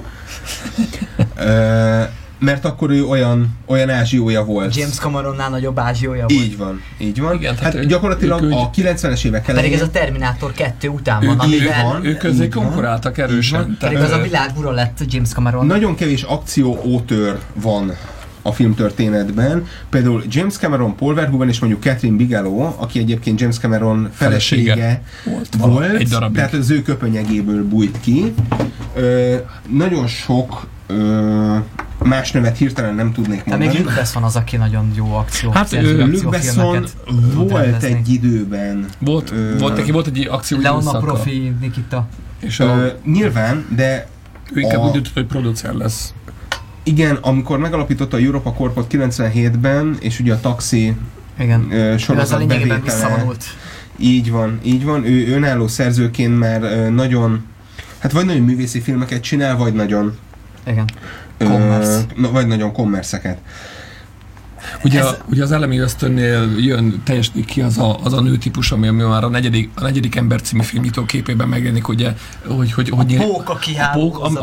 C: Mert akkor ő olyan ázsiója volt.
B: James Cameronnál nagyobb ázsiója volt.
C: Így van.
D: Igen,
C: hát gyakorlatilag a 90-es évek elején...
B: Pedig ez a Terminátor 2 után van, amivel...
D: Ők közé konkuráltak erősen.
B: Pedig az a világura lett James Cameron.
C: Nagyon kevés akcióótőr van a filmtörténetben. Például James Cameron, Paul Verhoeven és mondjuk Catherine Bigelow, aki egyébként James Cameron felesége volt, tehát az ő köpönyegéből bújt ki. Nagyon sok más nevet hirtelen nem tudnék mondani.
B: De még Luc Besson az, aki nagyon jó akció.
C: Hát Luc Besson volt egy időben.
D: Volt egy akció
B: Leona Profi, Nikita.
D: És
C: nyilván, de
D: ő inkább úgy döntött, hogy producer lesz.
C: Igen, amikor megalapította a Europa Corpot 97-ben, és ugye a Taxi sorozat bevétele. Így van. Ő önálló szerzőként már nagyon, hát vagy nagyon művészi filmeket csinál, vagy nagyon vagy nagyon kommerszeket.
D: Ugye az Elemi Ösztönnél jön teljesen ki az a nőtípus, ami már a negyedik ember című filmnyitó képében megjelenik, ugye, hogy
B: a pók, aki hálózza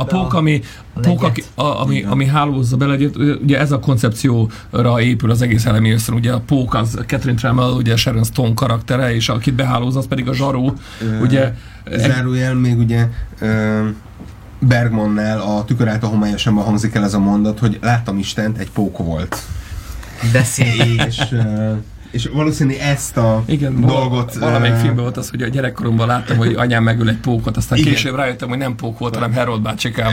D: ami hálózza bele, ugye ez a koncepcióra épül az egész Elemi Ösztön, ugye a pók az Catherine Trammell, ugye Sharon Stone karaktere, és akit behálóz, az pedig a zsaró, ugye...
C: Zárójel még ugye... Bergmannál a Tükör által homályosan hangzik el ez a mondat, hogy láttam Istent, egy pók volt.
B: De szép.
C: És valószínűleg ezt a dolgot...
D: Valamelyik filmben volt az, hogy a gyerekkoromban láttam, hogy anyám megöl egy pókot, aztán később rájöttem, hogy nem pók volt, hanem Harold bácsikám.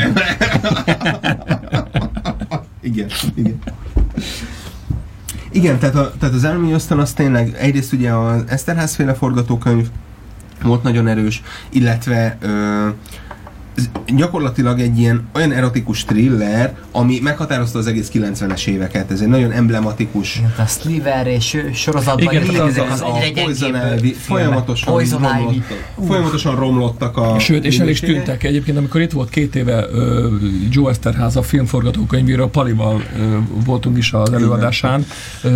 C: Igen, tehát az Elmi Ösztön az tényleg egyrészt ugye az Eszterház-féle forgatókönyv volt nagyon erős, illetve gyakorlatilag egy ilyen olyan erotikus thriller, ami meghatározta az egész 90-es éveket. Ez egy nagyon emblematikus...
B: Igen, a Sliver és sorozatban léteznek az egyre gyengébb
C: folyamatosan romlottak a...
D: Sőt, és el is tűntek. Egyébként, amikor itt volt 2 éve Joe Eszterház a filmforgatókönyvéről, Palival voltunk is az előadásán.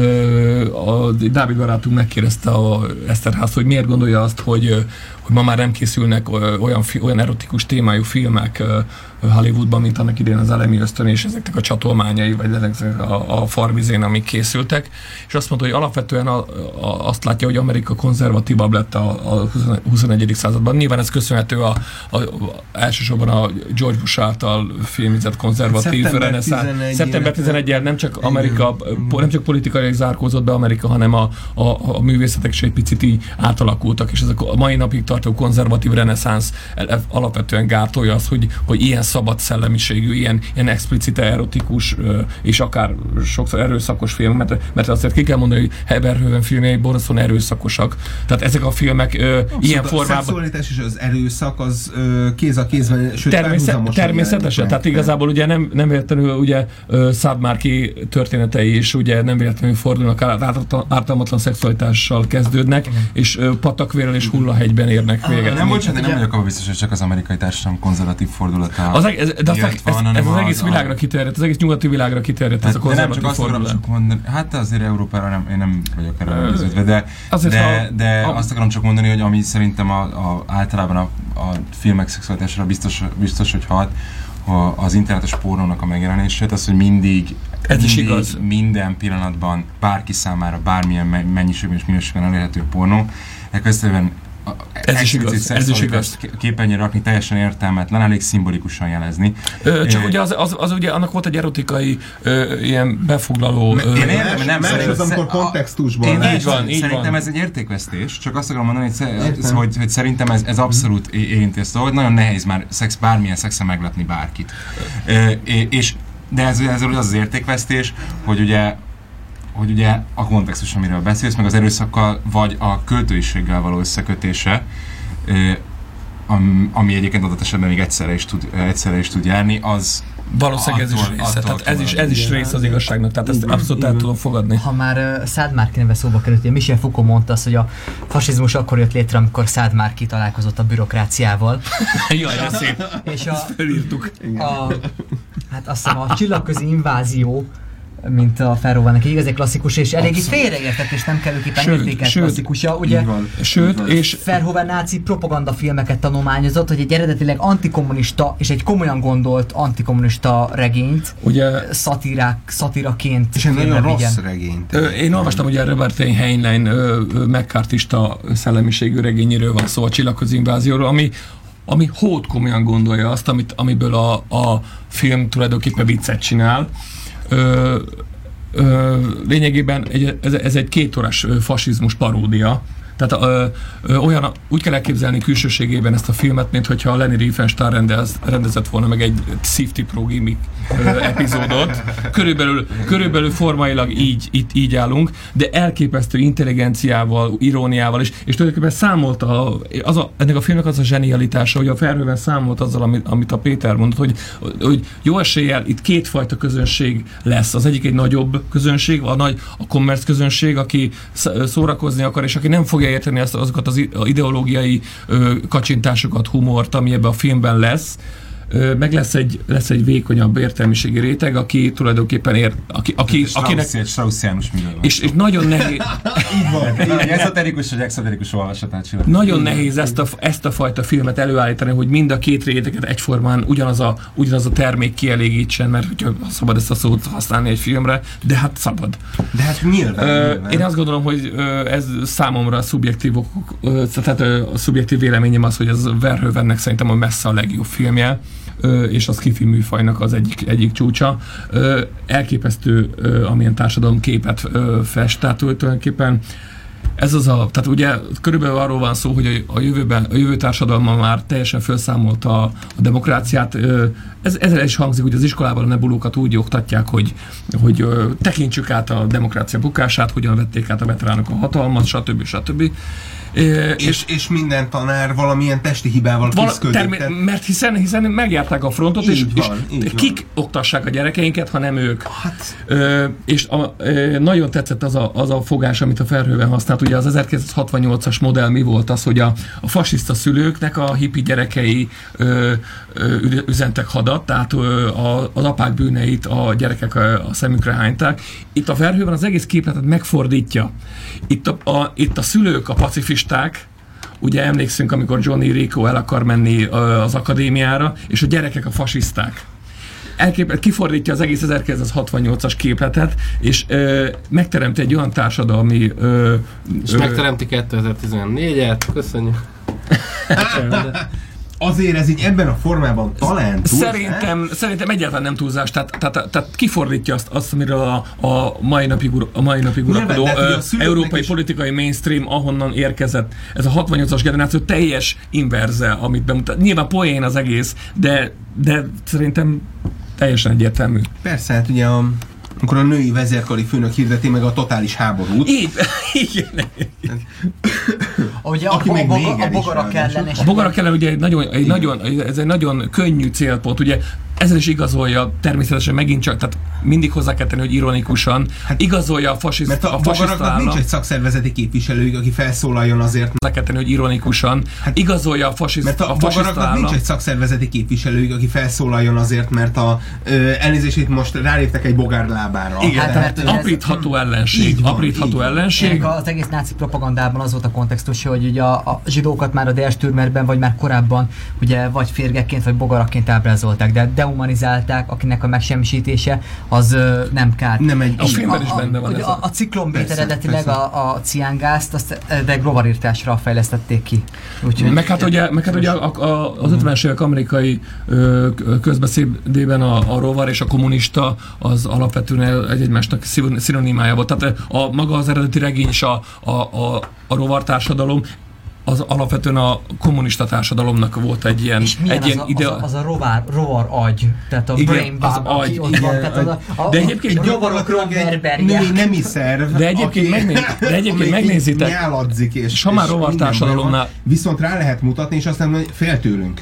D: A Dávid barátunk megkérdezte a Eszterház, hogy miért gondolja azt, hogy ma már nem készülnek olyan erotikus témájú filmek Hollywoodban, mint annak idén az Elemi Ösztön és ezeknek a csatolmányai, vagy a Farvizén, amik készültek. És azt mondta, hogy alapvetően azt látja, hogy Amerika konzervatívabb lett a 21. században. Nyilván ez köszönhető elsősorban a George Bush által filmizett konzervatív reneszánsz. Szeptember 11-el nem csak Amerika, nem csak politikai zárkózott be Amerika, hanem a művészetek is egy picit így átalakultak, és ezek a mai napig tartó konzervatív reneszánsz alapvetően gátolja az, hogy ilyen szabad szellemiségű, ilyen explicite erotikus és akár sokszor erőszakos film, mert azért ki kell mondani, hogy Verhoeven filmjei borzasztóan erőszakosak. Tehát ezek a filmek ilyen formában... A
C: szexualitás és az erőszak az kéz a kézben, sőt
D: természetesen. Tehát igazából ugye nem véletlenül ugye Szádmárki történetei is ugye nem véletlenül fordulnak ártalmatlan szexualitással kezdődnek, és patakvérrel és hullahegyben érnek véget.
E: Nem vagyok abban biztos, hogy csak az amerikai társadalom konzervatív fordulata.
D: Ez az egész világra kiterjedt, az egész nyugati világra kiterjedt ez a konzervatív fordulat.
E: Hát azért Európára én nem vagyok erről győződve, de azt akarom csak mondani, hogy ami szerintem általában a filmek szexualitásra biztos, hogy hat, az internetes pornónak a megjelenését, az, hogy mindig minden pillanatban bárki számára bármilyen mennyiségben és minőségben elérhető pornó, ekközben
D: ez is igaz.
E: Képernyőre rakni teljesen értelmetlen, elég szimbolikusan jelezni.
D: Csak ugye az ugye annak volt egy erotikai ilyen befoglaló...
C: Más az, amikor kontextusban.
E: Szerintem ez egy értékvesztés, csak azt akarom mondani, hogy szerintem ez abszolút érinti ezt, hogy nagyon nehéz már bármilyen szexen meglepni bárkit. De ez az értékvesztés, hogy ugye a kontextus, amiről beszélsz, meg az erőszakkal, vagy a költőiséggel való összekötése, ami egyébként adott esetben még egyszerre is tud járni, az
D: valószínűleg ez is része, tehát ez is része az igazságnak, tehát ezt abszolút el tudom fogadni.
B: Ha már Szádmárki neve szóba került, ugye Michel Foucault mondta azt, hogy a fasizmus akkor jött létre, amikor Szádmárki találkozott a bürokráciával.
D: Jaj, de szép.
B: És
D: felírtuk.
B: Hát azt hiszem a Csillagközi invázió, mint a Verhoevennek egy igazi klasszikus, és eléggé félreértett, és nem kellőképpen értékelt klasszikusa, ugye?
D: És
B: Verhoeven náci propagandafilmeket tanulmányozott, hogy egy eredetileg antikommunista és egy komolyan gondolt antikommunista regényt ugye szatiraként
C: és egy nagyon rossz regényt.
D: Én olvastam, ugye Robert Heinlein McCarthyista szellemiségű regényéről van szó, a Csillagközi invázióról, ami komolyan gondolja azt, amiből a film tulajdonképpen viccet csinál. Lényegében ez egy 2 órás fasizmus paródia. Tehát úgy kell elképzelni külsőségében ezt a filmet, mint hogyha Leni Riefenstahl rendezett volna meg egy szívtipró gimmick epizódot. Körülbelül formailag így állunk, de elképesztő intelligenciával, iróniával is, és tulajdonképpen számolt ennek a filmnek az a zsenialitása, hogy a Verhoeven számolt azzal, amit a Péter mondott, hogy jó eséllyel itt 2 fajta közönség lesz. Az egyik egy nagyobb közönség, a kommerc közönség, aki szórakozni akar, és aki nem fogja érteni azokat az ideológiai kacsintásokat, humort, ami ebben a filmben lesz. Meg lesz egy vékonyabb értelmiségi réteg, aki tulajdonképpen akinek...
E: Straussiánus művel.
D: És nagyon nehéz...
E: Így van. Ezoterikus vagy exoterikus olvasatát csinálni.
D: Nagyon nehéz ezt a fajta filmet előállítani, hogy mind a 2 réteget egyformán ugyanaz a termék kielégítsen, mert hogyha szabad ezt a szót használni egy filmre, de hát szabad.
C: De hát nyilván.
D: Én azt gondolom, hogy ez számomra szubjektív véleményem az, hogy ez Verhoevennek szerintem a messze a legjobb filmje, és a sci-fi műfajnak az egyik csúcsa. Elképesztő, amilyen társadalomképet fest, tehát tulajdonképpen ez tehát ugye körülbelül arról van szó, hogy a jövő társadalma már teljesen felszámolta a demokráciát. Ezzel is hangzik, hogy az iskolában a nebulókat úgy oktatják, hogy tekintsük át a demokrácia bukását, hogyan vették át a veteránok a hatalmat, stb.
C: És minden tanár valamilyen testi hibával küzdködik.
D: Mert hiszen megjárták a frontot, és kik oktassák a gyerekeinket, ha nem ők. Hát. És nagyon tetszett az a fogás, amit a Verhoeven használt. Ugye az 1968-as modell mi volt az, hogy a fasiszta szülőknek a hippi gyerekei üzentek hadat, tehát az apák bűneit a gyerekek a szemükre hányták. Itt a Verhoeven az egész képletet megfordítja. Itt a szülők a pacifisták, ugye emlékszünk, amikor Johnny Rico el akar menni az akadémiára, és a gyerekek a fasiszták. Kifordítja az egész 1968-as képletet, és megteremti egy olyan társadalmi...
A: és megteremti 2014-et, köszönjük.
C: Azért ez így ebben a formában talán túlzás?
D: Szerintem egyáltalán nem túlzás, tehát kifordítja azt amiről a mai napig uralkodó európai politikai mainstream, ahonnan érkezett ez a 68-as generáció teljes inverze, amit bemutat. Nyilván poén az egész, de szerintem teljesen egyértelmű.
C: Persze, hát ugye amikor a női vezérkari főnök hirdeti meg a totális háborút.
D: Igen.
B: Ugye a bogarak ellen.
D: A bogarak ellen ugye ez egy nagyon könnyű célpont, ugye ezzel is igazolja természetesen megint csak, tehát mindig hozzá kell tenni, hogy ironikusan, igazolja a fasiszta állam.
C: Mert a bogaraknak nincs egy szakszervezeti képviselőjük, aki felszólaljon azért.
D: Hozzá kell tenni, hogy ironikusan, igazolja a fasiszta állam.
C: Mert a bogaraknak nincs egy szakszervezeti képviselőjük, aki felszólaljon azért, mert elnézését most ráléptek egy bogár lábára.
D: Igen, hát aprítható ellenség.
B: Az egész náci propagandában az volt a kontextus, hogy ugye a zsidókat már a Der Stürmerben, vagy már korábban ugye vagy férgekként, vagy bogarakként ábrázolták, de dehumanizálták, akinek a megsemmisítése az nem kár.
D: A filmben is benne van ez.
B: A ciklombét eredetileg a ciángázt, azt de rovarírtásra fejlesztették ki.
D: Meg hát ugye az 50-es évek amerikai közbeszédében a rovar és a kommunista az alapvetően egymásnak szinonimája volt. Tehát maga az eredeti regény is a rovartársadalom, az alapvetően a kommunista társadalomnak volt egy ilyen...
B: És milyen az a rovar agy, tehát a brain
D: az agy.
C: De egyébként gyakorlatilag egy nemi szerv,
D: de egyébként megnézitek,
C: nyáladzik, és
D: ha már rovar társadalomnál...
C: Viszont rá lehet mutatni, és azt nem, hogy fél tőlünk.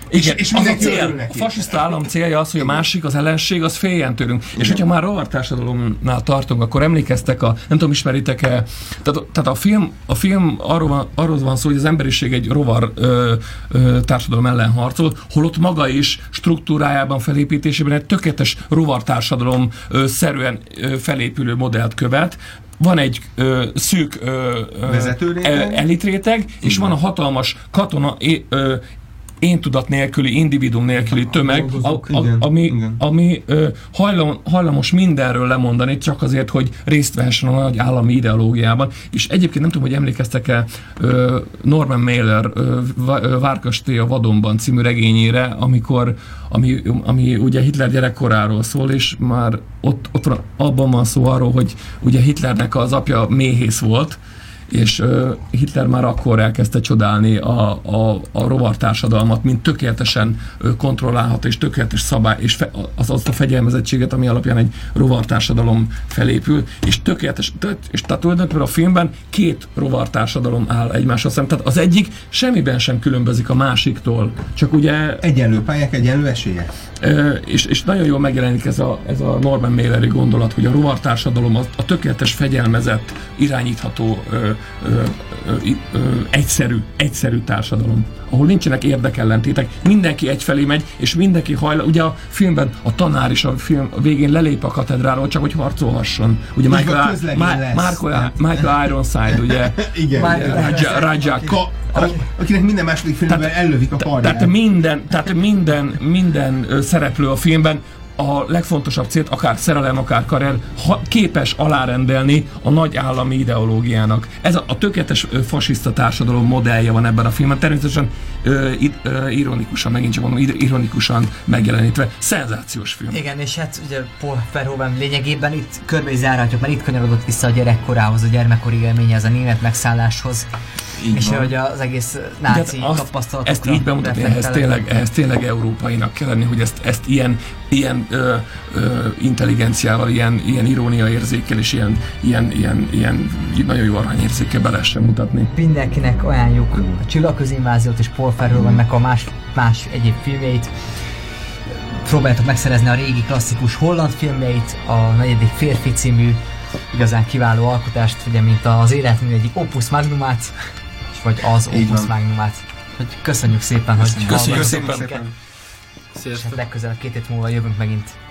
D: Igen, és az a cél. A fasiszta állam célja az, hogy a másik, az ellenség, az féljen tőlünk. Igen. És hogyha már rovartársadalomnál tartunk, akkor emlékeztek nem tudom, ismeritek-e, tehát a film arról van szó, hogy az emberiség egy rovar társadalom ellen harcol, holott maga is struktúrájában, felépítésében egy tökéletes rovartársadalom szerűen felépülő modellt követ. Van egy szűk elitréteg, és van a hatalmas katona én tudat nélküli, individuum nélküli tömeg, ami hajlamos mindenről lemondani, csak azért, hogy részt vehessen a nagy állami ideológiában. És egyébként nem tudom, hogy emlékeztek-e Norman Mailer Várkastély a vadonban című regényére, ami ugye Hitler gyerekkoráról szól, és már ott abban van szó arról, hogy ugye Hitlernek az apja méhész volt, és Hitler már akkor elkezdte csodálni a rovartársadalmat, mint tökéletesen kontrollálható és tökéletes szabály, és azt a fegyelmezettséget, ami alapján egy rovartársadalom felépül, és tökéletes, és tehát tulajdonképpen a filmben két rovartársadalom áll egymásra szemben. Tehát az egyik semmiben sem különbözik a másiktól, csak ugye...
C: Egyenlő pályák, egyenlő esélyek.
D: És nagyon jól megjelenik ez a Norman Maileri gondolat, hogy a rovartársadalom a tökéletes fegyelmezett, irányítható, egyszerű társadalom, ahol nincsenek érdekellentétek, mindenki egyfelé megy, és mindenki hajlal. Ugye a filmben a tanár is a végén lelép a katedráról, csak hogy harcolhasson. Ugye Michael Ironside, ugye?
C: Igen.
D: Rajak.
C: Akinek minden második filmben ellövik a karját.
D: Tehát minden szereplő a filmben a legfontosabb célt, akár szerelem, akár karrier, képes alárendelni a nagy állami ideológiának. Ez a tökéletes fasiszta társadalom modellje van ebben a filmben. Természetesen ironikusan, megint csak mondom, ironikusan megjelenítve. Szenzációs film.
B: Igen, és hát ugye Paul Verhoeven lényegében itt körbe is zárhatjuk, mert itt kanyarodott vissza a gyerekkorához, a gyermekkori élményhez, a német megszálláshoz. Így és hogy az egész náci tapasztalatokra
D: ezt így bemutatni, ehhez tényleg európainak kell lenni, hogy ezt ilyen intelligenciával, ilyen iróniaérzékkel és ilyen nagyon jó aranyérzékkel be lehessen mutatni.
B: Mindenkinek ajánljuk a Csillagközi inváziót és Paul Verhoevennek a más egyéb filmjeit. Próbáljátok megszerezni a régi klasszikus holland filmjeit, a 4. férfi című igazán kiváló alkotást, ugye, mint az életmű egyik opus magnumát, vagy az opus magnumát. Köszönjük szépen, hogy
D: köszönjük szépen.
B: És legközelebb 2 hét múlva jövünk megint.